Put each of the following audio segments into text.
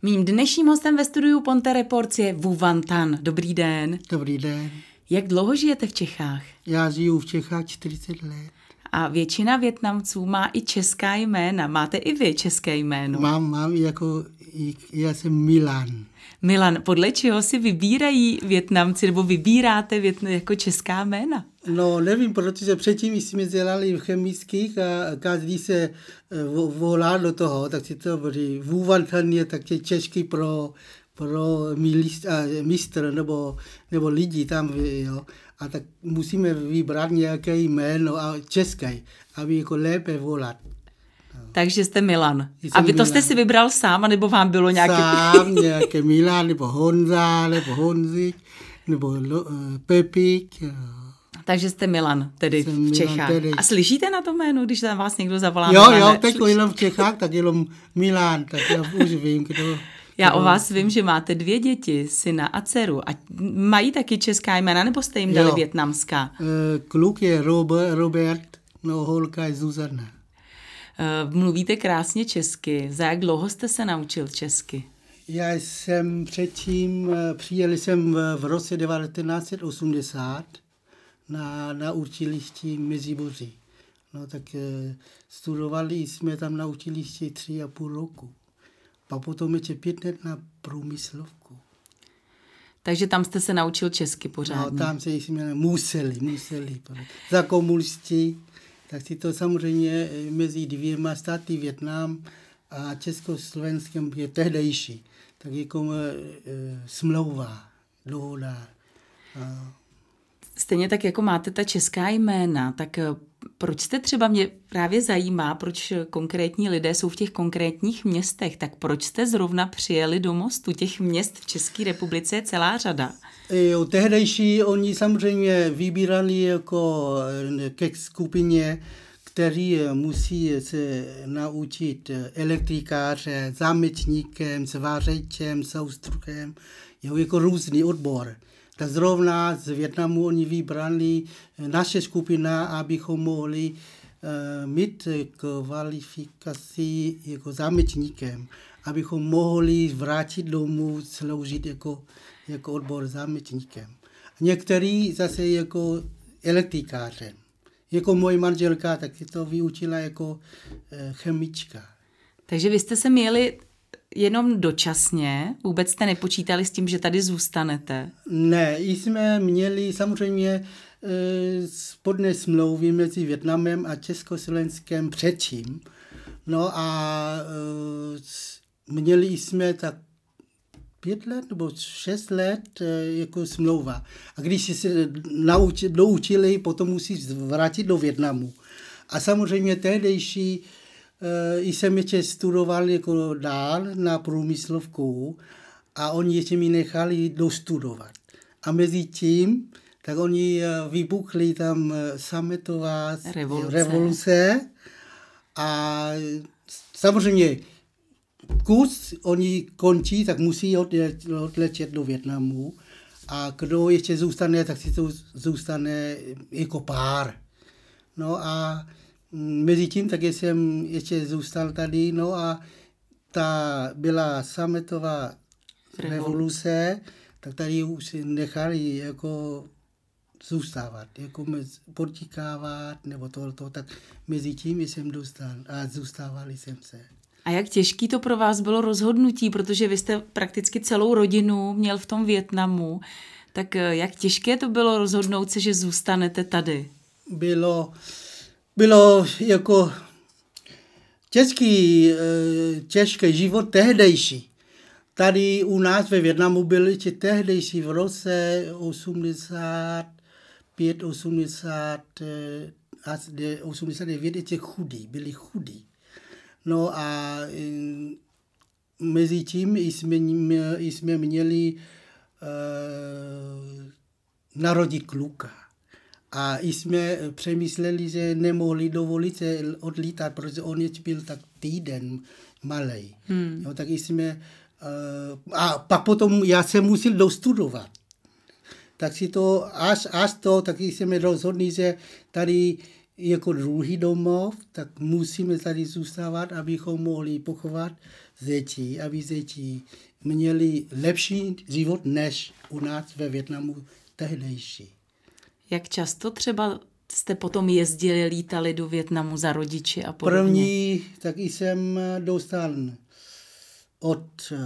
Mým dnešním hostem ve studiu Ponte Reports je Vu Van Tan. Dobrý den. Dobrý den. Jak dlouho žijete v Čechách? Já žiju v Čechách 40 let. A většina Vietnamců má i česká jména. Máte i vy české jméno? Mám já jsem Milan. Milan, podle čeho si vybírají Vietnamci, nebo vybíráte jako česká jména? No, nevím, protože předtím jsme dělali v chemických a každý se volá do toho, tak si to bude. Vu Van Tan je taky český pro mistr nebo lidi tam, jo. A tak musíme vybrat nějaké jméno a české, aby jako lépe volat. Takže jste Milan. A vy to jste si vybral sám, nebo vám bylo nějaké... Sám, nějaké Milan, nebo Honza, nebo Honzik, nebo Pepík. Takže jste Milan, tedy v Čechách. A slyšíte na to jméno, když tam vás někdo zavolá? Jo, teď jenom v Čechách, tak jenom Milan, tak já už vím, kdo... Já o vás vím, že máte 2 děti, syna a dceru. A mají taky česká jména, nebo jste jim dali vietnamská? Kluk je Robert, no holka je Zuzana. Mluvíte krásně česky. Za jak dlouho jste se naučil česky? Já jsem přijel jsem v roce 1980 na učilišti Meziboří. No tak studovali jsme tam na učilišti 3,5 roku. A potom ještě 5 let na průmyslovku. Takže tam jste se naučil česky pořádně? No, tam jsme museli. Za komunisti, tak si to samozřejmě mezi 2 státy, Vietnam a Československem je tehdejší. Tak jako smlouva, dohoda. Stejně tak, jako máte ta česká jména, tak proč jste třeba, mě právě zajímá, proč konkrétní lidé jsou v těch konkrétních městech, tak proč jste zrovna přijeli do Mostu? Těch měst v České republice je celá řada. Jo, tehdejší oni samozřejmě vybírali jako ke skupině, kteří musí se naučit elektrikáře, zámečníkem, svářečem, soustruhem, jo, jako různý odbor. Tak zrovna z Vietnamu oni vybrali naše skupina, abychom mohli mít kvalifikaci jako zámečníkem, abychom mohli vrátit domů, sloužit jako odbor zámečníkem. Některý zase jako elektrikářem. Jako moje manželka, tak si to vyučila jako chemička. Takže vy jste se měli jenom dočasně? Vůbec jste nepočítali s tím, že tady zůstanete? Ne, jsme měli samozřejmě spodné smlouvy mezi Vietnamem a Československem předtím. No a měli jsme tak 5 let nebo 6 let jako smlouva. A když se doučili, potom musí vrátit do Vietnamu. A samozřejmě tehdejší jsem ještě studoval jako dál na průmyslovku a oni ještě mi nechali dostudovat. A mezi tím, tak oni vybuchli tam sametová revoluce a samozřejmě kus oni končí, tak musí odletět do Vietnamu a kdo ještě zůstane, tak si to zůstane jako pár. No a mezi tím taky jsem ještě zůstal tady, no a ta byla sametová revoluce, tak tady už si nechali jako zůstávat, jako podtikávat nebo tohleto, tak mezi tím jsem dostal a zůstávali jsem se. A jak těžký to pro vás bylo rozhodnutí, protože vy jste prakticky celou rodinu měl v tom Vietnamu, tak jak těžké to bylo rozhodnout se, že zůstanete tady? Bylo jako těžký život tehdejší. Tady u nás ve Vietnamu byl ještě tehdejší v roce 85, 89 ještě byli chudí. No a mezi tím jsme měli narodit kluka. A jsme přemýšleli, že nemohli dovolit se odlítat, protože on ještě byl tak týden malej. No, tak jsme, a pak potom já jsem musel dostudovat. Tak si to, tak jsme rozhodli, že tady jako druhý domov, tak musíme tady zůstávat, abychom mohli pochovat děti, aby děti měli lepší život než u nás ve Vietnamu tehdejší. Jak často třeba jste potom jezdili, lítali do Vietnamu za rodiči a podobně? První, tak jsem dostal od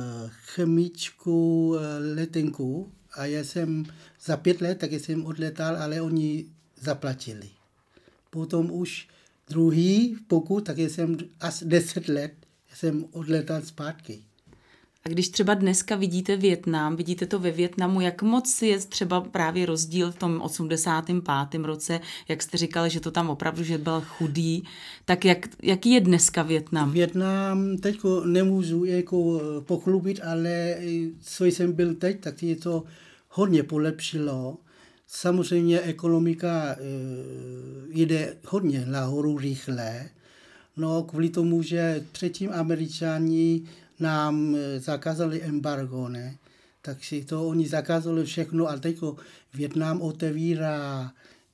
chemičku letenku a já jsem za 5 let, tak jsem odletal, ale oni zaplatili. Potom už druhý, pokud, tak jsem až 10 let jsem odletal zpátky. A když třeba dneska vidíte Vietnam, vidíte to ve Vietnamu, jak moc je třeba právě rozdíl v tom 85. roce, jak jste říkali, že to tam opravdu, že byl chudý, tak jaký je dneska Vietnam? Vietnam teď nemůžu jako pochlubit, ale co jsem byl teď, tak je to hodně polepšilo. Samozřejmě ekonomika jde hodně nahoru rychle, no kvůli tomu, že předtím Američani nám zakázali embargo, ne? Takže to oni zakázali všechno, ale teď Vietnam otevírá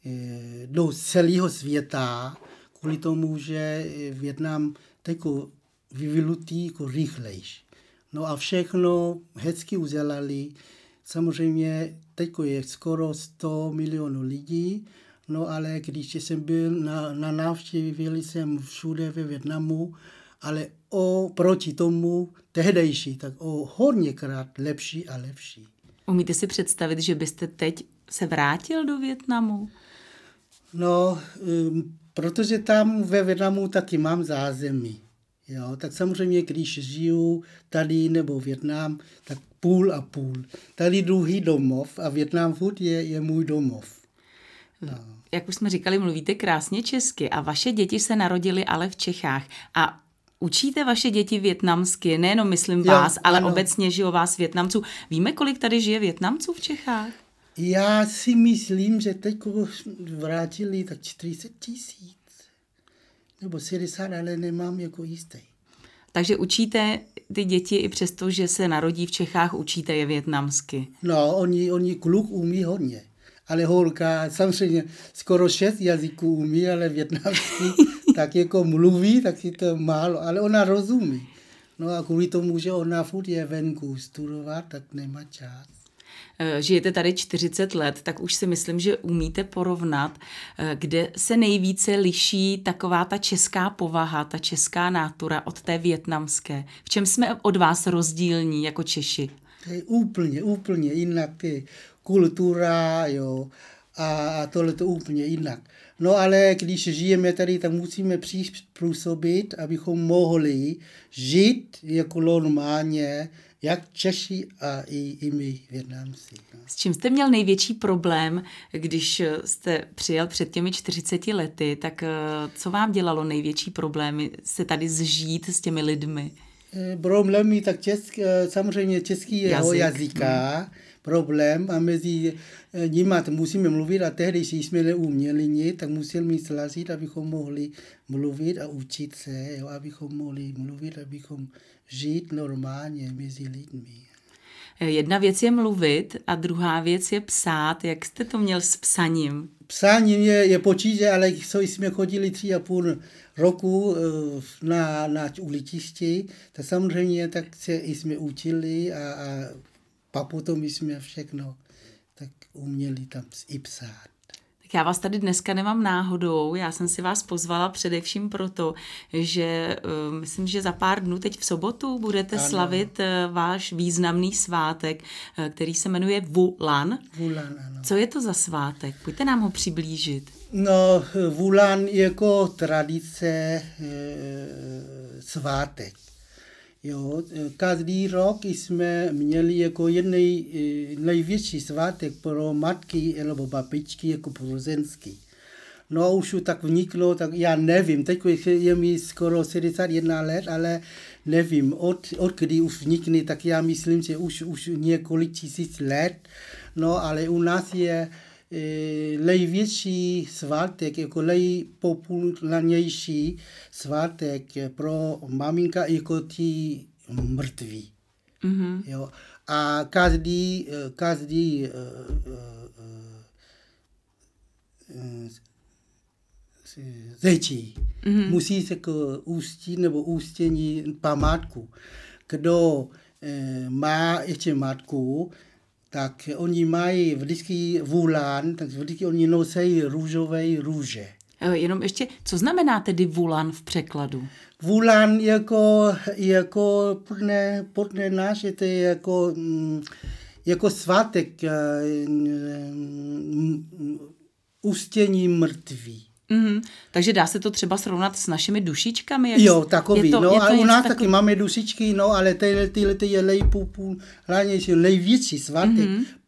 do celého světa, kvůli tomu, že Vietnam teď vyvinutý jako rychlejší. No a všechno hezky udělali. Samozřejmě teď je skoro 100 milionů lidí, no ale když jsem byl na návštěvě, byl jsem všude ve Vietnamu, ale proti tomu tehdejší, tak hodněkrát lepší a lepší. Umíte si představit, že byste teď se vrátil do Vietnamu? No, protože tam ve Vietnamu taky mám zázemí. Jo, tak samozřejmě, když žiju tady nebo Vietnam, tak půl a půl. Tady druhý domov a Vietnam furt je můj domov. No. Jak už jsme říkali, mluvíte krásně česky a vaše děti se narodily ale v Čechách. A učíte vaše děti vietnamsky, nejenom myslím vás, ale ano. Obecně žijou vás Vietnamců. Víme, kolik tady žije Vietnamců v Čechách? Já si myslím, že teď vrátili tak 40 000 nebo 60, ale nemám jako jistý. Takže učíte ty děti i přesto, že se narodí v Čechách, učíte je vietnamsky? No, oni kluk umí hodně, ale holka samozřejmě skoro 6 jazyků umí, ale vietnamsky tak jako mluví, tak je to málo, ale ona rozumí. No a kvůli tomu, že ona furt je venku studovat, tak nemá čas. Žijete tady 40 let, tak už si myslím, že umíte porovnat, kde se nejvíce liší taková ta česká povaha, ta česká nátura od té vietnamské. V čem jsme od vás rozdílní jako Češi? To je úplně jinak. Kultura, jo, a tohle to úplně jinak. No ale když žijeme tady, tak musíme přizpůsobit, abychom mohli žít jako normálně, jak Češi a i my Vietnamci. No. S čím jste měl největší problém, když jste přijel před těmi 40 lety, tak co vám dělalo největší problémy se tady zžít s těmi lidmi? Problémy, tak samozřejmě český jazyka, problém a mezi nimi musíme mluvit a tehdy, když jsme neuměli nic, tak musíme slažit, abychom mohli mluvit a učit se, jo, abychom mohli mluvit, abychom žít normálně mezi lidmi. Jedna věc je mluvit a druhá věc je psát. Jak jste to měl s psaním? Psáním je počítač, ale co jsme chodili 3,5 roku na uličišti, tak samozřejmě tak se jsme učili a potom jsme všechno tak uměli tam i psát. Tak já vás tady dneska nemám náhodou, já jsem si vás pozvala především proto, že myslím, že za pár dnů, teď v sobotu, budete slavit váš významný svátek, který se jmenuje Vu Lan. Vu Lan, ano. Co je to za svátek? Pojďte nám ho přiblížit. No, Vu Lan je jako tradice svátek. Jo, každý rok jsme měli jako jednej největší svátek pro matky nebo babičky jako porozenský. No a už tak vniklo, tak já nevím, teď je mi skoro 71 let, ale nevím, od kdy už vnikne, tak já myslím, že už několik tisíc let. No ale u nás je největší svátek, jako nejpopulárnější svátek pro maminka jako ti mrtví. Mm-hmm. Jo. A každý řečí. Musí se k ústí nebo ústění památku. Kdo má ještě matku, tak oni mají vždycky Vulan, tak vždycky oni nosí růžové růže. Jenom ještě, co znamená tedy Vulan v překladu? Vulan jako podle nás je to jako svátek ústění mrtví. Takže dá se to třeba srovnat s našimi dušičkami? Jo, takový. A u nás taky máme dušičky, ale tyhle je největší svátek,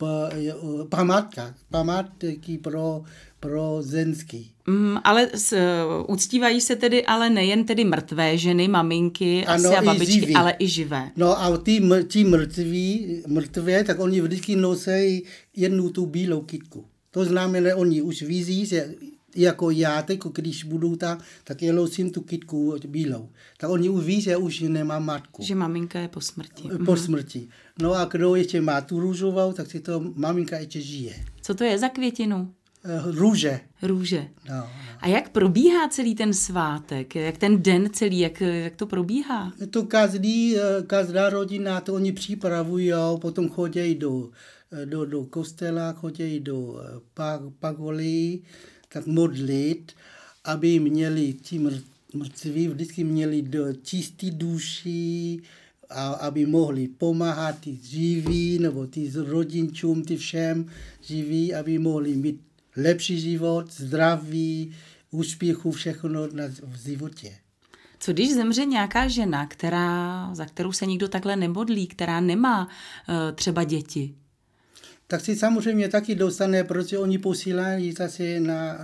památky pro ženský. Ale uctívají se tedy ale nejen tedy mrtvé ženy, maminky asi a babičky, ale i živé. No a ti mrtvé, tak oni vždycky nosí jednu tu bílou kytku. To znamená, oni už vidí, že jako já, teď, když budu tam, tak já nosím tu kytku bílou. Tak oni už ví, že už nemá matku. Že maminka je po smrti. Po smrti. No a kdo ještě má tu růžovou, tak si to maminka ještě žije. Co to je za květinu? Růže. No. A jak probíhá celý ten svátek? Jak ten den celý, jak to probíhá? To každá rodina, to oni připravují, potom chodí do kostela, chodí do pagoly, tak modlit, aby měli ti mrtví, vždycky měli čistý duši, a aby mohli pomáhat ty živí, nebo ty rodinčům, ty všem živí, aby mohli mít lepší život, zdraví, úspěchu, všechno v životě. Co když zemře nějaká žena, za kterou se nikdo takhle nemodlí, která nemá třeba děti? Tak si samozřejmě taky dostane, protože oni posílají zase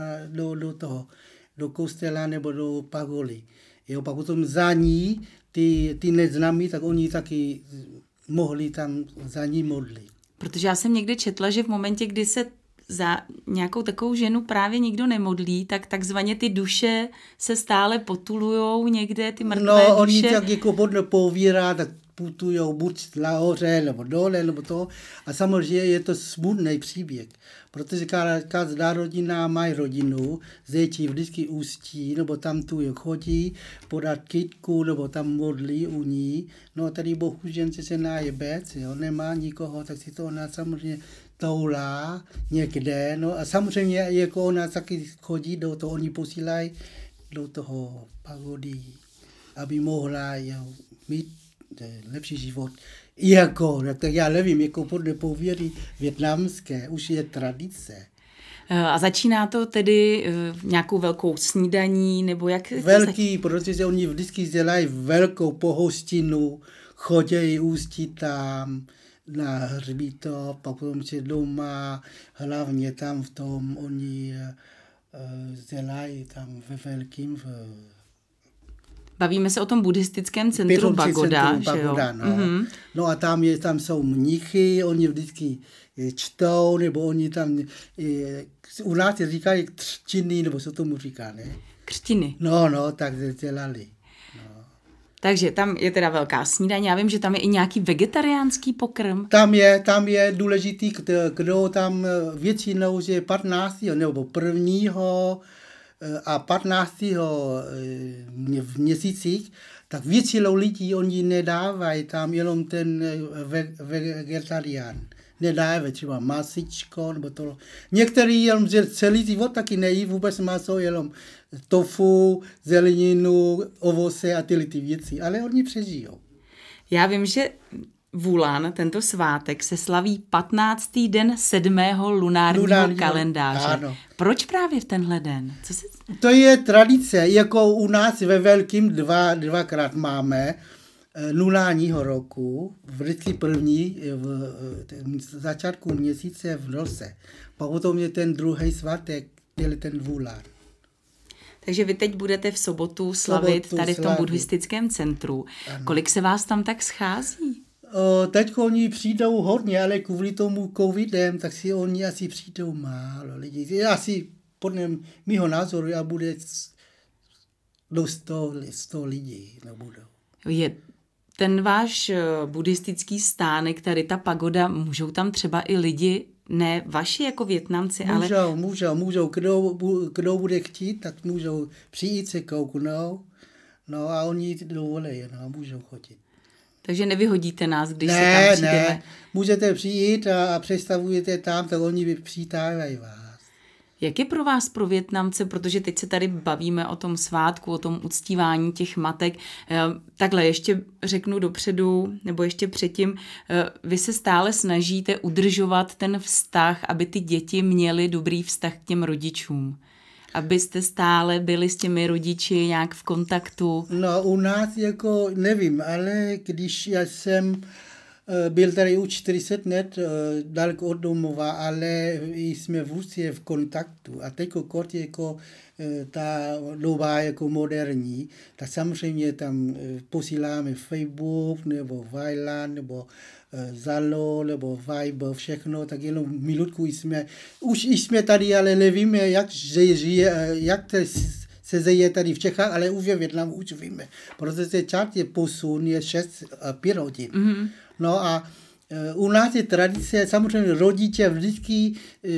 do kostela nebo do pagoly. Jo, pak potom za ní, ty neznámí, tak oni taky mohli tam za ní modlit. Protože já jsem někdy četla, že v momentě, kdy se za nějakou takovou ženu právě nikdo nemodlí, tak takzvaně ty duše se stále potulujou někde, ty mrtvé duše. No, oni tak jako podle povíra, tak putujou buď nahoře, nebo dole, nebo to. A samozřejmě je to smutný příběh, protože každá rodina má rodinu, děti vždycky ústí, nebo tam tu chodí, podat kytku, nebo tam modlí u ní. No a tady bohužel se najebec, nemá nikoho, tak si to ona samozřejmě toulá někde, no a samozřejmě jako ona taky chodí do toho, oni posílají do toho pagody, aby mohla mít lepší život. Tak já nevím, jako podle pověry vietnamské, už je tradice. A začíná to tedy nějakou velkou snídaní, nebo jak? Velký, protože oni vždycky dělají velkou pohostinu, chodí ústí tam na hřbitov, pak potom se doma, hlavně tam v tom oni dělají tam ve velkým Bavíme se o tom buddhistickém centru Pagoda, že jo? No. No a tam jsou mnichy, oni vždycky čtou, nebo oni tam, u nás říkají křtiny, nebo co tomu říká, ne? Křtiny. No, tak dělali. No. Takže tam je teda velká snídaně. Já vím, že tam je i nějaký vegetariánský pokrm. Tam je důležitý, kdo tam většinou, že 15. nebo 1. a 15. v měsících, tak většinou lidí oni nedávají tam jenom ten vegetarián. Nedávají třeba masičko, nebo to. Některý jenom celý život taky nejí vůbec maso, jenom tofu, zeleninu, ovoce a tyhle ty věci, ale oni přežijou. Já vím, že Vulan, tento svátek, se slaví 15. den 7. lunárního kalendáře. Ano. Proč právě v tenhle den? To je tradice, jako u nás ve velkým dvakrát máme lunárního roku, vždycky první v začátku měsíce v nose. Pak potom je ten druhý svátek, ten Vulan. Takže vy teď budete v sobotu slavit tady v tom buddhistickém centru. Ano. Kolik se vás tam tak schází? Teď oni přijdou hodně, ale kvůli tomu covidem, tak si oni asi přijdou málo lidí. Asi podle mýho názoru bude do 100 lidí nebudou. Je ten váš buddhistický stánek, tady ta pagoda, můžou tam třeba i lidi ne vaši jako Vietnamci, Můžou. Kdo bude chtít, tak můžou přijít se kouknout. No a oni dovolí, no, můžou chodit. Takže nevyhodíte nás, když se tam přijdeme? Ne, můžete přijít a představujete tam, tak oni přitávají vás. Jak je pro vás, pro Vietnamce, protože teď se tady bavíme o tom svátku, o tom uctívání těch matek, takhle ještě řeknu dopředu, nebo ještě předtím, vy se stále snažíte udržovat ten vztah, aby ty děti měly dobrý vztah k těm rodičům. Abyste stále byli s těmi rodiči nějak v kontaktu? No u nás jako nevím, ale když já jsem byl tady už 40 let daleko od domova, ale jsme vůbec v kontaktu. A teď jako ta doba jako moderní, tak samozřejmě tam posíláme Facebook, nebo Viber, nebo Zalo, nebo Viber, všechno, tak jenom minutku už jsme tady, ale nevíme, jak se zeje tady v Čechách, ale už ve Vietnamu už víme, protože čas je posun, je 6-5 hodin. Mm-hmm. No a u nás je tradice, samozřejmě rodiče vždycky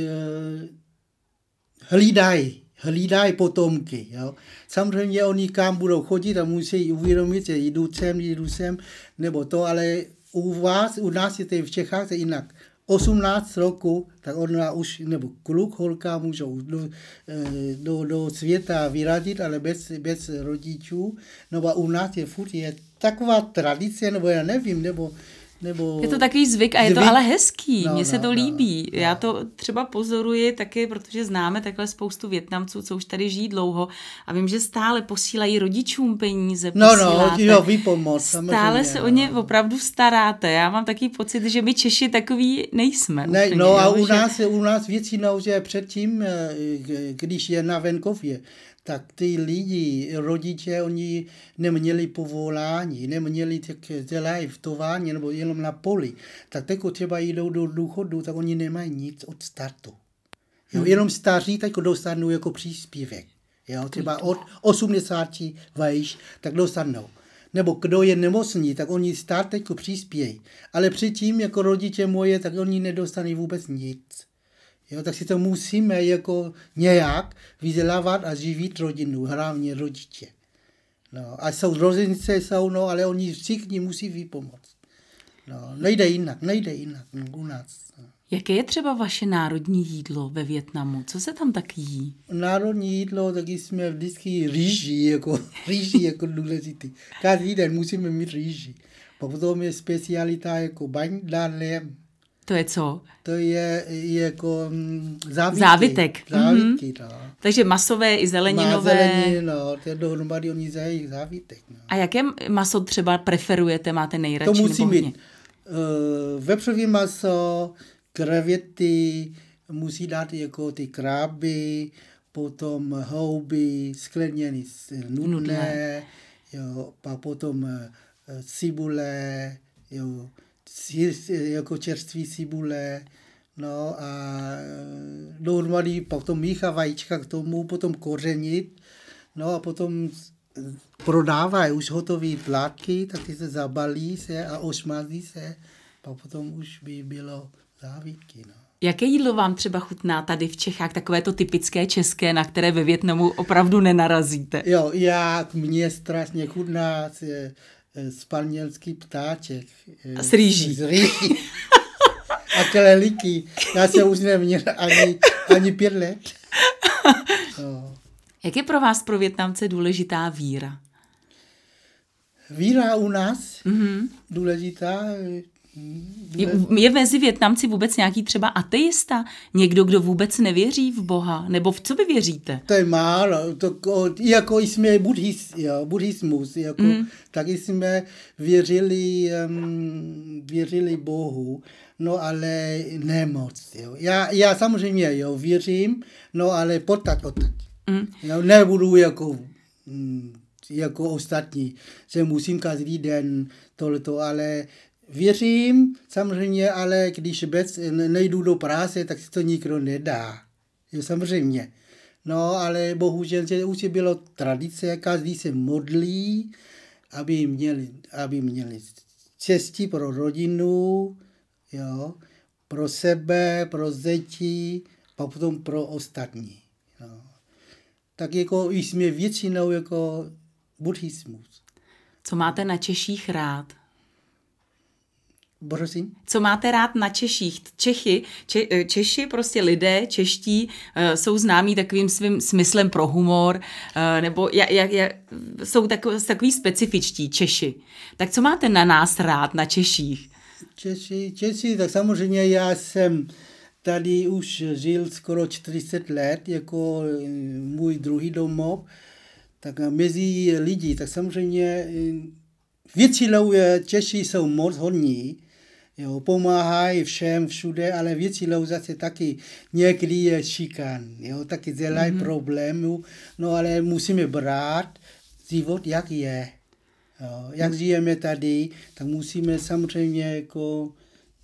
hlídají potomky. Jo. Samozřejmě oni kam budou chodit a musí uvědomit, že jdu sem, nebo to, ale u nás je to v Čechách to jinak. 18 roku, tak ona už, nebo kluk, holka můžou do světa vyrazit, ale bez rodičů. No a u nás je taková tradice, nebo já nevím, nebo je to takový zvyk a je to ale hezký, mně se to líbí. Já to třeba pozoruji taky, protože známe takhle spoustu Vietnamců, co už tady žijí dlouho a vím, že stále posílají rodičům peníze, výpomoc. Stále se o ně opravdu staráte. Já mám takový pocit, že my Češi takový nejsme. Ne, úplně, a u nás většinou, že předtím, když je na venkově, tak ty lidi, rodiče, oni neměli povolání, neměli tak dělají v továrně nebo jenom na poli. Tak teď třeba jdou do důchodu, tak oni nemají nic od startu. Jo, jenom staří tak dostanou jako příspěvek. Jo, třeba od 80 vejš, tak dostanou. Nebo kdo je nemocný, tak oni start teď přispějí. Ale předtím jako rodiče moje, tak oni nedostanou vůbec nic. Jo, tak si to musíme jako nějak vydělávat a živit rodinu, hlavně rodiče. No, a rozenci jsou, no, ale oni všichni musí vypomoct. No, nejde jinak u nás. No. Jaké je třeba vaše národní jídlo ve Vietnamu? Co se tam tak jí? Národní jídlo, taky jsme vždycky rýži jako důležitý. Každý den musíme mít rýži. Potom je specialita jako baň dálem. To je co? To je jako závitek. Závitky, no. Takže masové i zeleninové. No, to je dohromady oni zají závitek. No. A jaké maso třeba preferujete, máte nejradši? To musí mít vepřové maso, krevety, musí dát jako ty kráby, potom houby, skleněný nudné, jo, a potom cibule, jo, jako čerství cibule, no a dohromady potom míchá vajíčka k tomu, potom kořenit, no a potom prodávají už hotové plátky, tak ty se zabalí se a ošmazí se, a potom už by bylo závitky, no. Jaké jídlo vám třeba chutná tady v Čechách, takové to typické české, na které ve Vietnamu opravdu nenarazíte? Jo, mně strašně chutná španělský ptáček. S rýží. A kleliky. Já se už neměl ani 5 let. No. Jak je pro vás, pro Vietnamce, důležitá víra? Víra u nás důležitá. Je mezi Vietnamci vůbec nějaký třeba ateista? Někdo, kdo vůbec nevěří v Boha? Nebo v co vy věříte? To je málo. Jako jsme buddhismus, jako, tak jsme věřili Bohu, no ale nemoc. Jo. Já samozřejmě věřím, no ale potat. Jo, nebudu jako ostatní, že musím každý den tohleto, ale věřím samozřejmě, ale když nejdu do práce, tak si to nikdo nedá. Jo, samozřejmě. No, ale bohužel, že už bylo tradice, každý se modlí, aby měli štěstí pro rodinu, jo. pro sebe, pro děti, a potom pro ostatní. No. Tak jako jsme většinou jako buddhismus. Co máte na Češích rád? Prosím? Co máte rád na Češích? Češi, prostě lidé, čeští, jsou známí takovým svým smyslem pro humor, nebo jsou takový specifičtí Češi. Tak co máte na nás rád, na Češích? Češi, tak samozřejmě já jsem tady už žil skoro 40 let, jako můj druhý domov, tak mezi lidi, tak samozřejmě většinou Češi jsou moc hodní, jo, pomáhají všem všude, ale většinou zase taky někdy je šikan, jo, taky dělají problémů, no ale musíme brát život, jak je. Jo, jak žijeme tady, tak musíme samozřejmě jako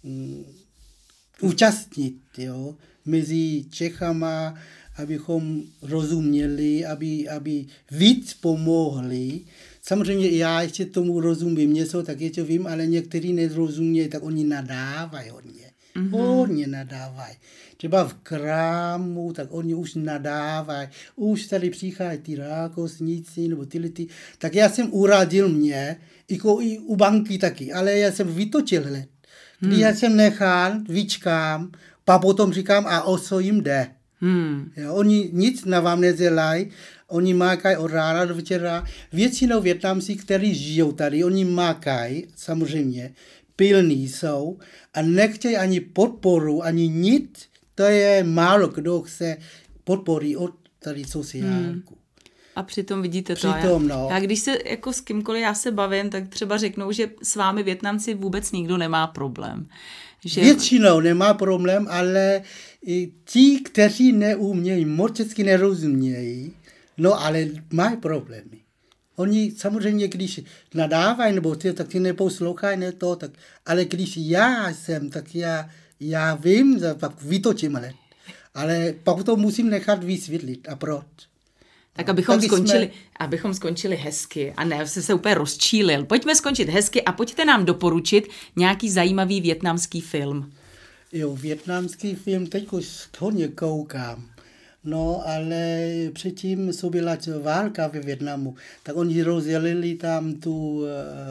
účastnit, jo, mezi Čechama, abychom rozuměli, aby víc pomohli. Samozřejmě já ještě tomu rozumím něco, tak ještě vím, ale někteří nerozumějí, tak oni nadávají hodně. Hodně nadávají. Třeba v krámu, tak oni už nadávají. Už tady přichází ty rákosníci nebo ty. Tak já jsem uradil mě, jako i u banky taky, ale já jsem vytočil hned. Když já jsem nechal, vyčkám, a potom říkám, a o co jim jde. Jo, oni nic na vám nedělají, oni mákají od rána do večera. Většinou Vietnamci, kteří žijou tady, oni mákají, samozřejmě, pilní jsou a nechtějí ani podporu, ani nic. To je málo kdo chce podpory od tady sociálku. A přitom vidíte to. Já když se jako s kýmkoliv já se bavím, tak třeba řeknou, že s vámi Vietnamci vůbec nikdo nemá problém. Že... Většinou nemá problém, ale ti, kteří neumějí, moc česky nerozumějí, no ale mají problémy. Oni samozřejmě, když nadávají, nebo tak ti neposlouchají, ne to, tak, ale když já jsem, tak já vím, pak vytočím, ale pak to musím nechat vysvětlit. A proč? Tak abychom skončili hezky a ne se úplně rozčílil. Pojďme skončit hezky a pojďte nám doporučit nějaký zajímavý vietnamský film. Jo, vietnamský film teď už hodně koukám. No, ale předtím, co byla válka ve Vietnamu, tak oni rozdělili tam tu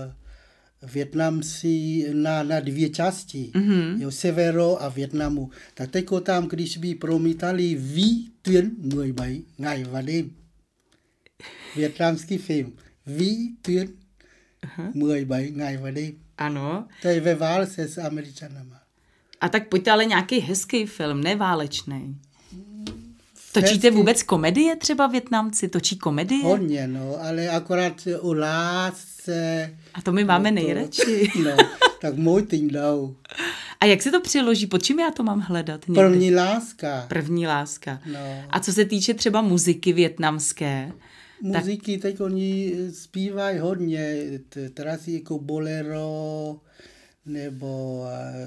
Vietnamci na dvě části, jo, Severo a Vietnamu. Tak teď tam, když by promítali Vy Tuyến 17 ngày và đêm. Vietnamský film. Vy Tuyến 17 ngày và đêm. Ano. To je ve válce s Američanama. A tak pojďte ale nějaký hezký film, neválečný. Točíte vůbec komedie třeba Vietnamci? Točí komedie? Hodně, no, ale akorát o lásce. A to my máme nejradši. No, tak můj týdnou. A jak se to přiloží? Pod čím já to mám hledat? Někdy? První láska. První láska. No. A co se týče třeba muziky vietnamské? Muziky, tak oni zpívají hodně, teraz jako bolero, nebo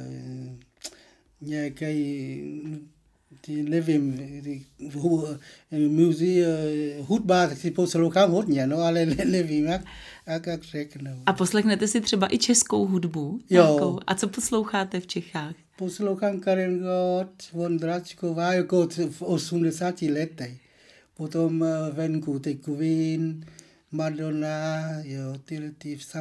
nějaký, nevím, hudba, tak si poslouchám hodně, no, ale nevím, jak řeknu. A poslechnete si třeba i českou hudbu? Jo. Nějakou? A co posloucháte v Čechách? Poslouchám Karen Gott, Vondračková, jako v 80 letech. Potom venku, ty Queen, Madonna, jo, ty v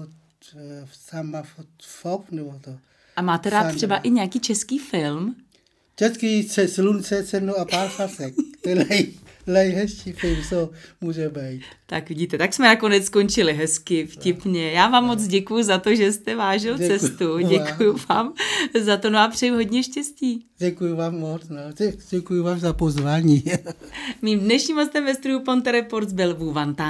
Samafot, nebo to. A máte rád třeba i nějaký český film? Český Slunce, Cenu a pár fasek. To je nejhezčí film, co může být. Tak vidíte, tak jsme nakonec skončili hezky, vtipně. Já vám moc děkuju za to, že jste vážil cestu. Děkuju vám za to, no a přeji hodně štěstí. Děkuju vám moc, no. Děkuju vám za pozvání. Mým dnešním hostem ve studiu Ponte Reports byl Vu Van Tan.